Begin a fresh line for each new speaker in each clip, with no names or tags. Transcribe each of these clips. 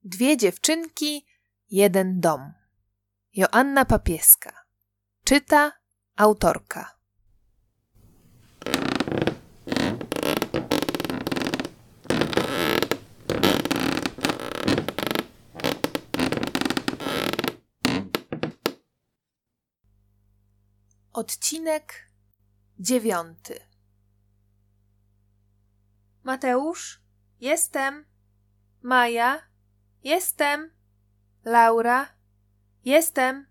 Dwie dziewczynki, jeden dom. Joanna Papieska. Czyta autorka. Odcinek 9. Mateusz? Jestem. Maja? Jestem. Laura? Jestem.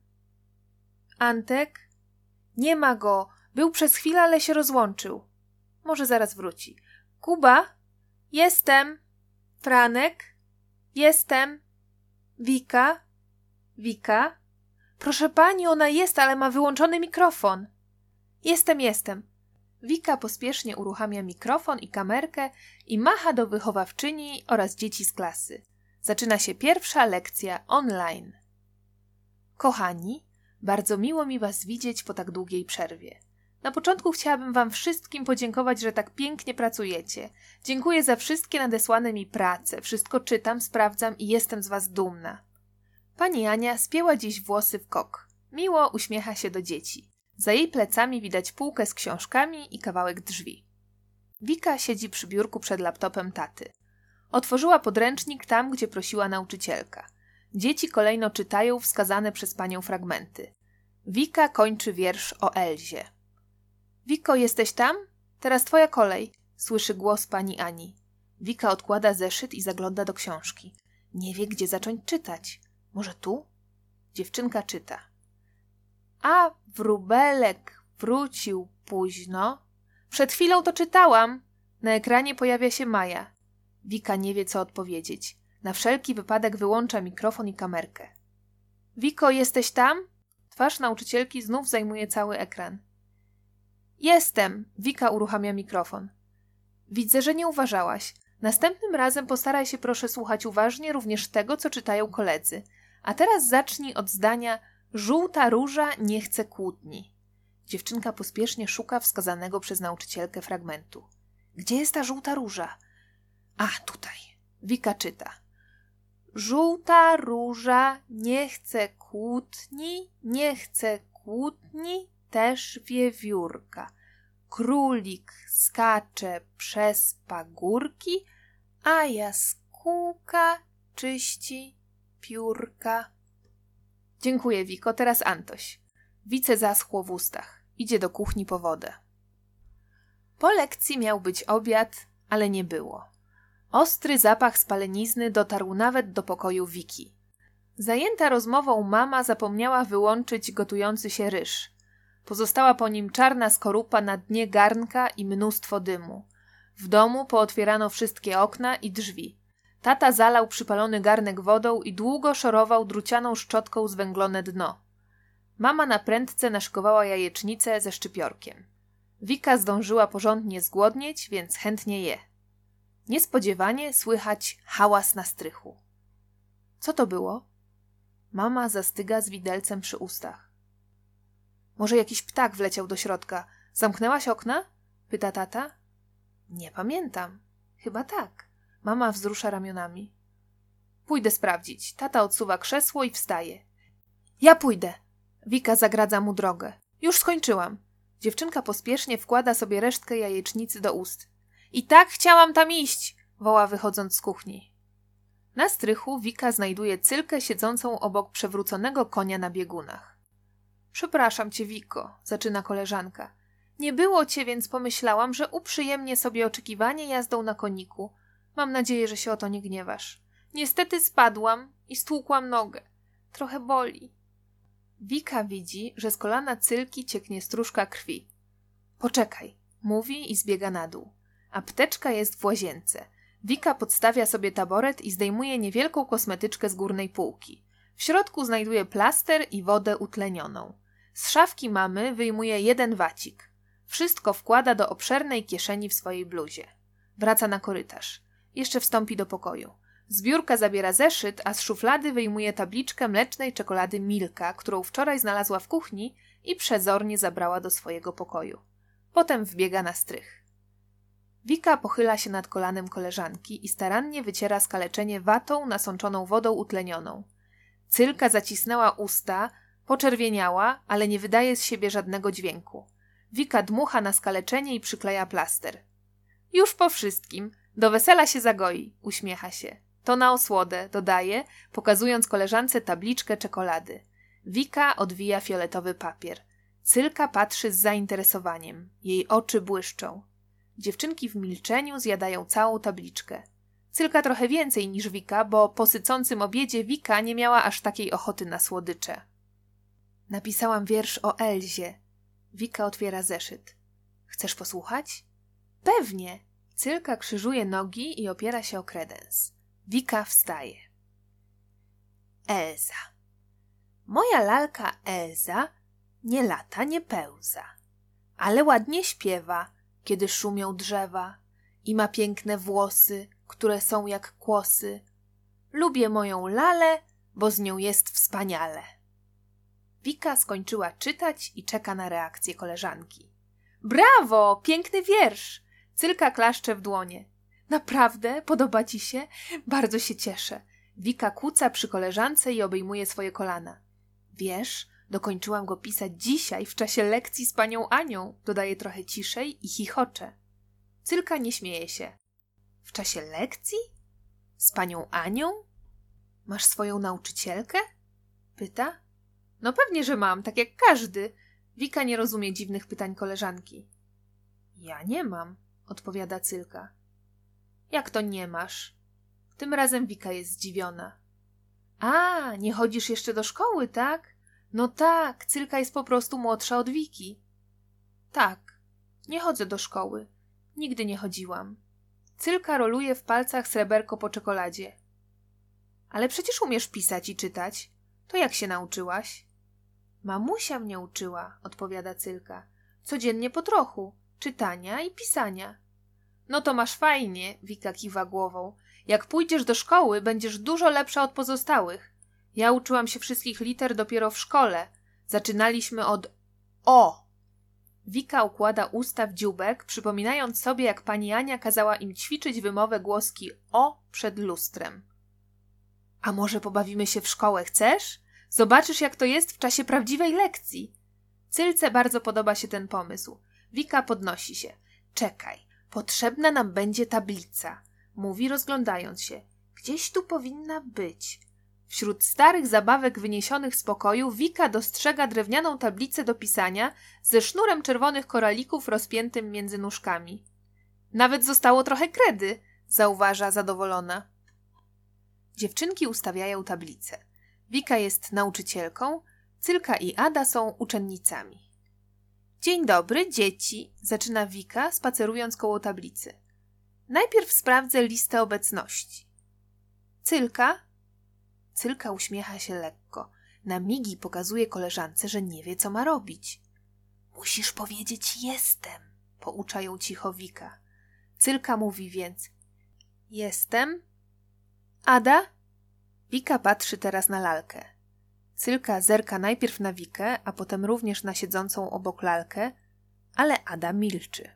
Antek? Nie ma go. Był przez chwilę, ale się rozłączył. Może zaraz wróci. Kuba? Jestem. Franek? Jestem. Wika? Wika? Proszę pani, ona jest, ale ma wyłączony mikrofon. Jestem. Wika pospiesznie uruchamia mikrofon i kamerkę i macha do wychowawczyni oraz dzieci z klasy. Zaczyna się pierwsza lekcja online. Kochani, bardzo miło mi was widzieć po tak długiej przerwie. Na początku chciałabym wam wszystkim podziękować, że tak pięknie pracujecie. Dziękuję za wszystkie nadesłane mi prace. Wszystko czytam, sprawdzam i jestem z was dumna. Pani Ania spięła dziś włosy w kok. Miło uśmiecha się do dzieci. Za jej plecami widać półkę z książkami i kawałek drzwi. Wika siedzi przy biurku przed laptopem taty. Otworzyła podręcznik tam, gdzie prosiła nauczycielka. Dzieci kolejno czytają wskazane przez panią fragmenty. Wika kończy wiersz o Elzie. Wiko, jesteś tam? Teraz twoja kolej, słyszy głos pani Ani. Wika odkłada zeszyt i zagląda do książki. Nie wie, gdzie zacząć czytać. Może tu? Dziewczynka czyta. A wróbelek wrócił późno. Przed chwilą to czytałam. Na ekranie pojawia się Maja. Wika nie wie, co odpowiedzieć. Na wszelki wypadek wyłącza mikrofon i kamerkę. Wiko, jesteś tam? Twarz nauczycielki znów zajmuje cały ekran. Jestem. Wika uruchamia mikrofon. Widzę, że nie uważałaś. Następnym razem postaraj się proszę słuchać uważnie również tego, co czytają koledzy. A teraz zacznij od zdania żółta róża nie chce kłótni. Dziewczynka pospiesznie szuka wskazanego przez nauczycielkę fragmentu. Gdzie jest ta żółta róża? A, tutaj. Wika czyta. Żółta róża nie chce kłótni, też wiewiórka. Królik skacze przez pagórki, a jaskółka czyści piórka. Dziękuję, Wiko. Teraz Antoś. Wice zaschło w ustach. Idzie do kuchni po wodę. Po lekcji miał być obiad, ale nie było. Ostry zapach spalenizny dotarł nawet do pokoju Wiki. Zajęta rozmową mama zapomniała wyłączyć gotujący się ryż. Pozostała po nim czarna skorupa na dnie garnka i mnóstwo dymu. W domu pootwierano wszystkie okna i drzwi. Tata zalał przypalony garnek wodą i długo szorował drucianą szczotką zwęglone dno. Mama na prędce naszykowała jajecznicę ze szczypiorkiem. Wika zdążyła porządnie zgłodnieć, więc chętnie je. Niespodziewanie słychać hałas na strychu. Co to było? Mama zastyga z widelcem przy ustach. Może jakiś ptak wleciał do środka. Zamknęłaś okna? Pyta tata. Nie pamiętam. Chyba tak. Mama wzrusza ramionami. Pójdę sprawdzić. Tata odsuwa krzesło i wstaje. Ja pójdę. Wika zagradza mu drogę. Już skończyłam. Dziewczynka pospiesznie wkłada sobie resztkę jajecznicy do ust. I tak chciałam tam iść, woła wychodząc z kuchni. Na strychu Wika znajduje Cylkę siedzącą obok przewróconego konia na biegunach. Przepraszam cię, Wiko, zaczyna koleżanka. Nie było cię, więc pomyślałam, że uprzyjemnię sobie oczekiwanie jazdą na koniku. Mam nadzieję, że się o to nie gniewasz. Niestety spadłam i stłukłam nogę. Trochę boli. Wika widzi, że z kolana Cylki cieknie stróżka krwi. Poczekaj, mówi i zbiega na dół. Apteczka jest w łazience. Wika podstawia sobie taboret i zdejmuje niewielką kosmetyczkę z górnej półki. W środku znajduje plaster i wodę utlenioną. Z szafki mamy wyjmuje jeden wacik. Wszystko wkłada do obszernej kieszeni w swojej bluzie. Wraca na korytarz. Jeszcze wstąpi do pokoju. Z biurka zabiera zeszyt, a z szuflady wyjmuje tabliczkę mlecznej czekolady Milka, którą wczoraj znalazła w kuchni i przezornie zabrała do swojego pokoju. Potem wbiega na strych. Wika pochyla się nad kolanem koleżanki i starannie wyciera skaleczenie watą nasączoną wodą utlenioną. Cylka zacisnęła usta, poczerwieniała, ale nie wydaje z siebie żadnego dźwięku. Wika dmucha na skaleczenie i przykleja plaster. Już po wszystkim. Do wesela się zagoi, uśmiecha się. To na osłodę, dodaje, pokazując koleżance tabliczkę czekolady. Wika odwija fioletowy papier. Cylka patrzy z zainteresowaniem. Jej oczy błyszczą. Dziewczynki w milczeniu zjadają całą tabliczkę. Cylka trochę więcej niż Wika, bo po sycącym obiedzie Wika nie miała aż takiej ochoty na słodycze. Napisałam wiersz o Elzie. Wika otwiera zeszyt. Chcesz posłuchać? Pewnie. Cylka krzyżuje nogi i opiera się o kredens. Wika wstaje. Elza. Moja lalka Elza nie lata, nie pełza, ale ładnie śpiewa, kiedy szumią drzewa i ma piękne włosy, które są jak kłosy. Lubię moją lalę, bo z nią jest wspaniale. Wika skończyła czytać i czeka na reakcję koleżanki. Brawo! Piękny wiersz! Cylka klaszcze w dłonie. Naprawdę? Podoba ci się? Bardzo się cieszę. Wika kuca przy koleżance i obejmuje swoje kolana. Wiesz, dokończyłam go pisać dzisiaj w czasie lekcji z panią Anią, dodaje trochę ciszej i chichocze. Cylka nie śmieje się. W czasie lekcji? Z panią Anią? Masz swoją nauczycielkę? Pyta. No pewnie, że mam, tak jak każdy. Wika nie rozumie dziwnych pytań koleżanki. Ja nie mam, odpowiada Cylka. Jak to nie masz? Tym razem Wika jest zdziwiona. A, nie chodzisz jeszcze do szkoły, tak? No tak, Cylka jest po prostu młodsza od Wiki. Tak, nie chodzę do szkoły. Nigdy nie chodziłam. Cylka roluje w palcach sreberko po czekoladzie. Ale przecież umiesz pisać i czytać. To jak się nauczyłaś? Mamusia mnie uczyła, odpowiada Cylka. Codziennie po trochu. Czytania i pisania. No to masz fajnie, Wika kiwa głową. Jak pójdziesz do szkoły, będziesz dużo lepsza od pozostałych. Ja uczyłam się wszystkich liter dopiero w szkole. Zaczynaliśmy od O. Wika układa usta w dzióbek, przypominając sobie, jak pani Ania kazała im ćwiczyć wymowę głoski O przed lustrem. A może pobawimy się w szkołę, chcesz? Zobaczysz, jak to jest w czasie prawdziwej lekcji. Cylce bardzo podoba się ten pomysł. Wika podnosi się. Czekaj, potrzebna nam będzie tablica. Mówi, rozglądając się. Gdzieś tu powinna być. Wśród starych zabawek wyniesionych z pokoju Wika dostrzega drewnianą tablicę do pisania ze sznurem czerwonych koralików rozpiętym między nóżkami. Nawet zostało trochę kredy, zauważa zadowolona. Dziewczynki ustawiają tablicę. Wika jest nauczycielką, Cylka i Ada są uczennicami. Dzień dobry, dzieci, zaczyna Wika, spacerując koło tablicy. Najpierw sprawdzę listę obecności. Cylka? Cylka uśmiecha się lekko. Na migi pokazuje koleżance, że nie wie, co ma robić. Musisz powiedzieć jestem, poucza ją cicho Wika. Cylka mówi więc jestem. Ada? Wika patrzy teraz na lalkę. Cylka zerka najpierw na Wikę, a potem również na siedzącą obok lalkę, ale Ada milczy.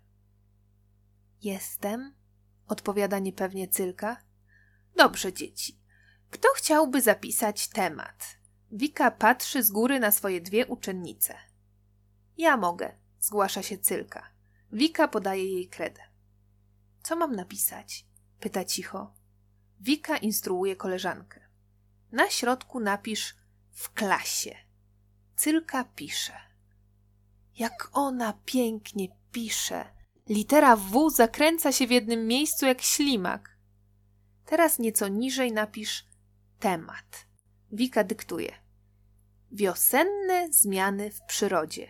Jestem, odpowiada niepewnie Cylka. Dobrze, dzieci. Kto chciałby zapisać temat? Wika patrzy z góry na swoje dwie uczennice. Ja mogę, zgłasza się Cylka. Wika podaje jej kredę. Co mam napisać? Pyta cicho. Wika instruuje koleżankę. Na środku napisz w klasie. Cylka pisze. Jak ona pięknie pisze. Litera W zakręca się w jednym miejscu jak ślimak. Teraz nieco niżej napisz temat. Wika dyktuje. Wiosenne zmiany w przyrodzie.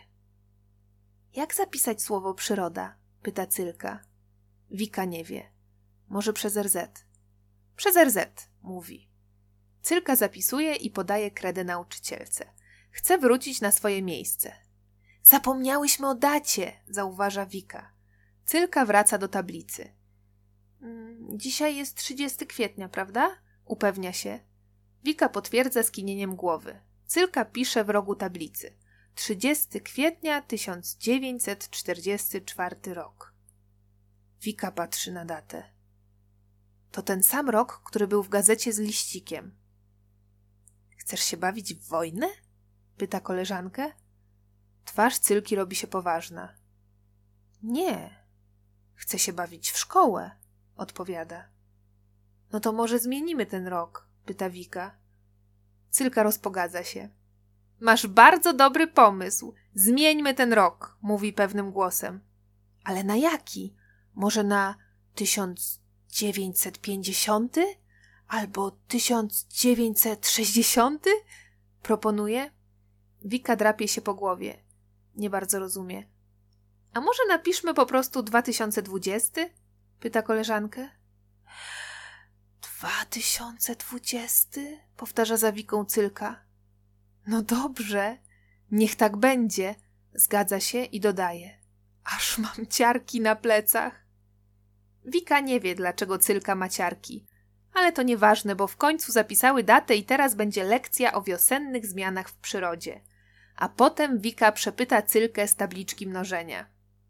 Jak zapisać słowo przyroda? Pyta Cylka. Wika nie wie. Może przez RZ. Przez RZ, mówi. Cylka zapisuje i podaje kredę nauczycielce. Chce wrócić na swoje miejsce. Zapomniałyśmy o dacie, zauważa Wika. Cylka wraca do tablicy. Dzisiaj jest 30 kwietnia, prawda? Upewnia się. Wika potwierdza skinieniem głowy. Cylka pisze w rogu tablicy. 30 kwietnia 1944 rok. Wika patrzy na datę. To ten sam rok, który był w gazecie z liścikiem. Chcesz się bawić w wojnę? Pyta koleżankę. Twarz Cylki robi się poważna. Nie, chcę się bawić w szkołę, odpowiada. No to może zmienimy ten rok, pyta Wika. Cylka rozpogadza się. Masz bardzo dobry pomysł. Zmieńmy ten rok, mówi pewnym głosem. Ale na jaki? Może na 1950? Albo 1960? Proponuje. Wika drapie się po głowie. Nie bardzo rozumie. A może napiszmy po prostu 2020? Pyta koleżankę. 2020? Powtarza za Wiką Cylka. No dobrze, niech tak będzie, zgadza się i dodaje. Aż mam ciarki na plecach. Wika nie wie, dlaczego Cylka ma ciarki, ale to nieważne, bo w końcu zapisały datę i teraz będzie lekcja o wiosennych zmianach w przyrodzie. A potem Wika przepyta Cylkę z tabliczki mnożenia.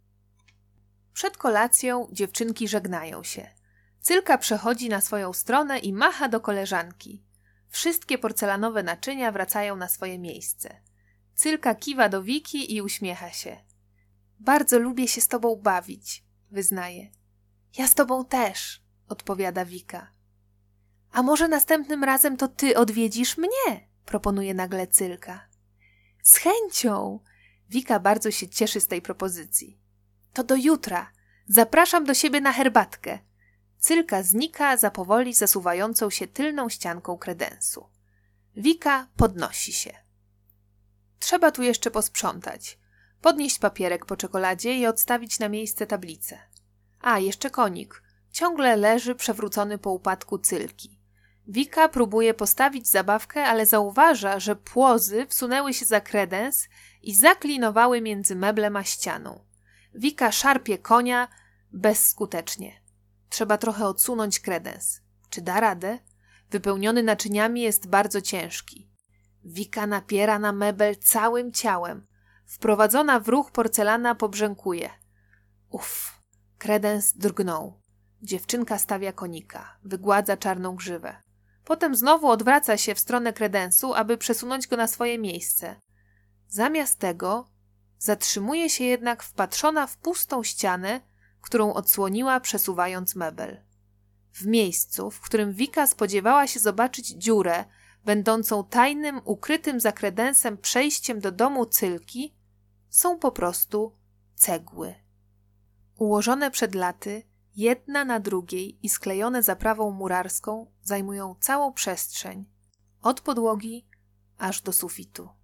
Przed kolacją dziewczynki żegnają się. Cylka przechodzi na swoją stronę i macha do koleżanki. Wszystkie porcelanowe naczynia wracają na swoje miejsce. Cylka kiwa do Wiki i uśmiecha się. Bardzo lubię się z tobą bawić, wyznaje. Ja z tobą też, odpowiada Wika. A może następnym razem to ty odwiedzisz mnie? Proponuje nagle Cylka. Z chęcią! Wika bardzo się cieszy z tej propozycji. To do jutra. Zapraszam do siebie na herbatkę. Cylka znika za powoli zasuwającą się tylną ścianką kredensu. Wika podnosi się. Trzeba tu jeszcze posprzątać. Podnieść papierek po czekoladzie i odstawić na miejsce tablicę. A, jeszcze konik. Ciągle leży przewrócony po upadku Cylki. Wika próbuje postawić zabawkę, ale zauważa, że płozy wsunęły się za kredens i zaklinowały między meblem a ścianą. Wika szarpie konia bezskutecznie. Trzeba trochę odsunąć kredens. Czy da radę? Wypełniony naczyniami jest bardzo ciężki. Wika napiera na mebel całym ciałem. Wprowadzona w ruch porcelana pobrzękuje. Uff, kredens drgnął. Dziewczynka stawia konika, wygładza czarną grzywę. Potem znowu odwraca się w stronę kredensu, aby przesunąć go na swoje miejsce. Zamiast tego zatrzymuje się jednak wpatrzona w pustą ścianę, którą odsłoniła przesuwając mebel. W miejscu, w którym Wika spodziewała się zobaczyć dziurę, będącą tajnym, ukrytym za kredensem przejściem do domu Cylki, są po prostu cegły. Ułożone przed laty, jedna na drugiej i sklejone zaprawą murarską, zajmują całą przestrzeń, od podłogi aż do sufitu.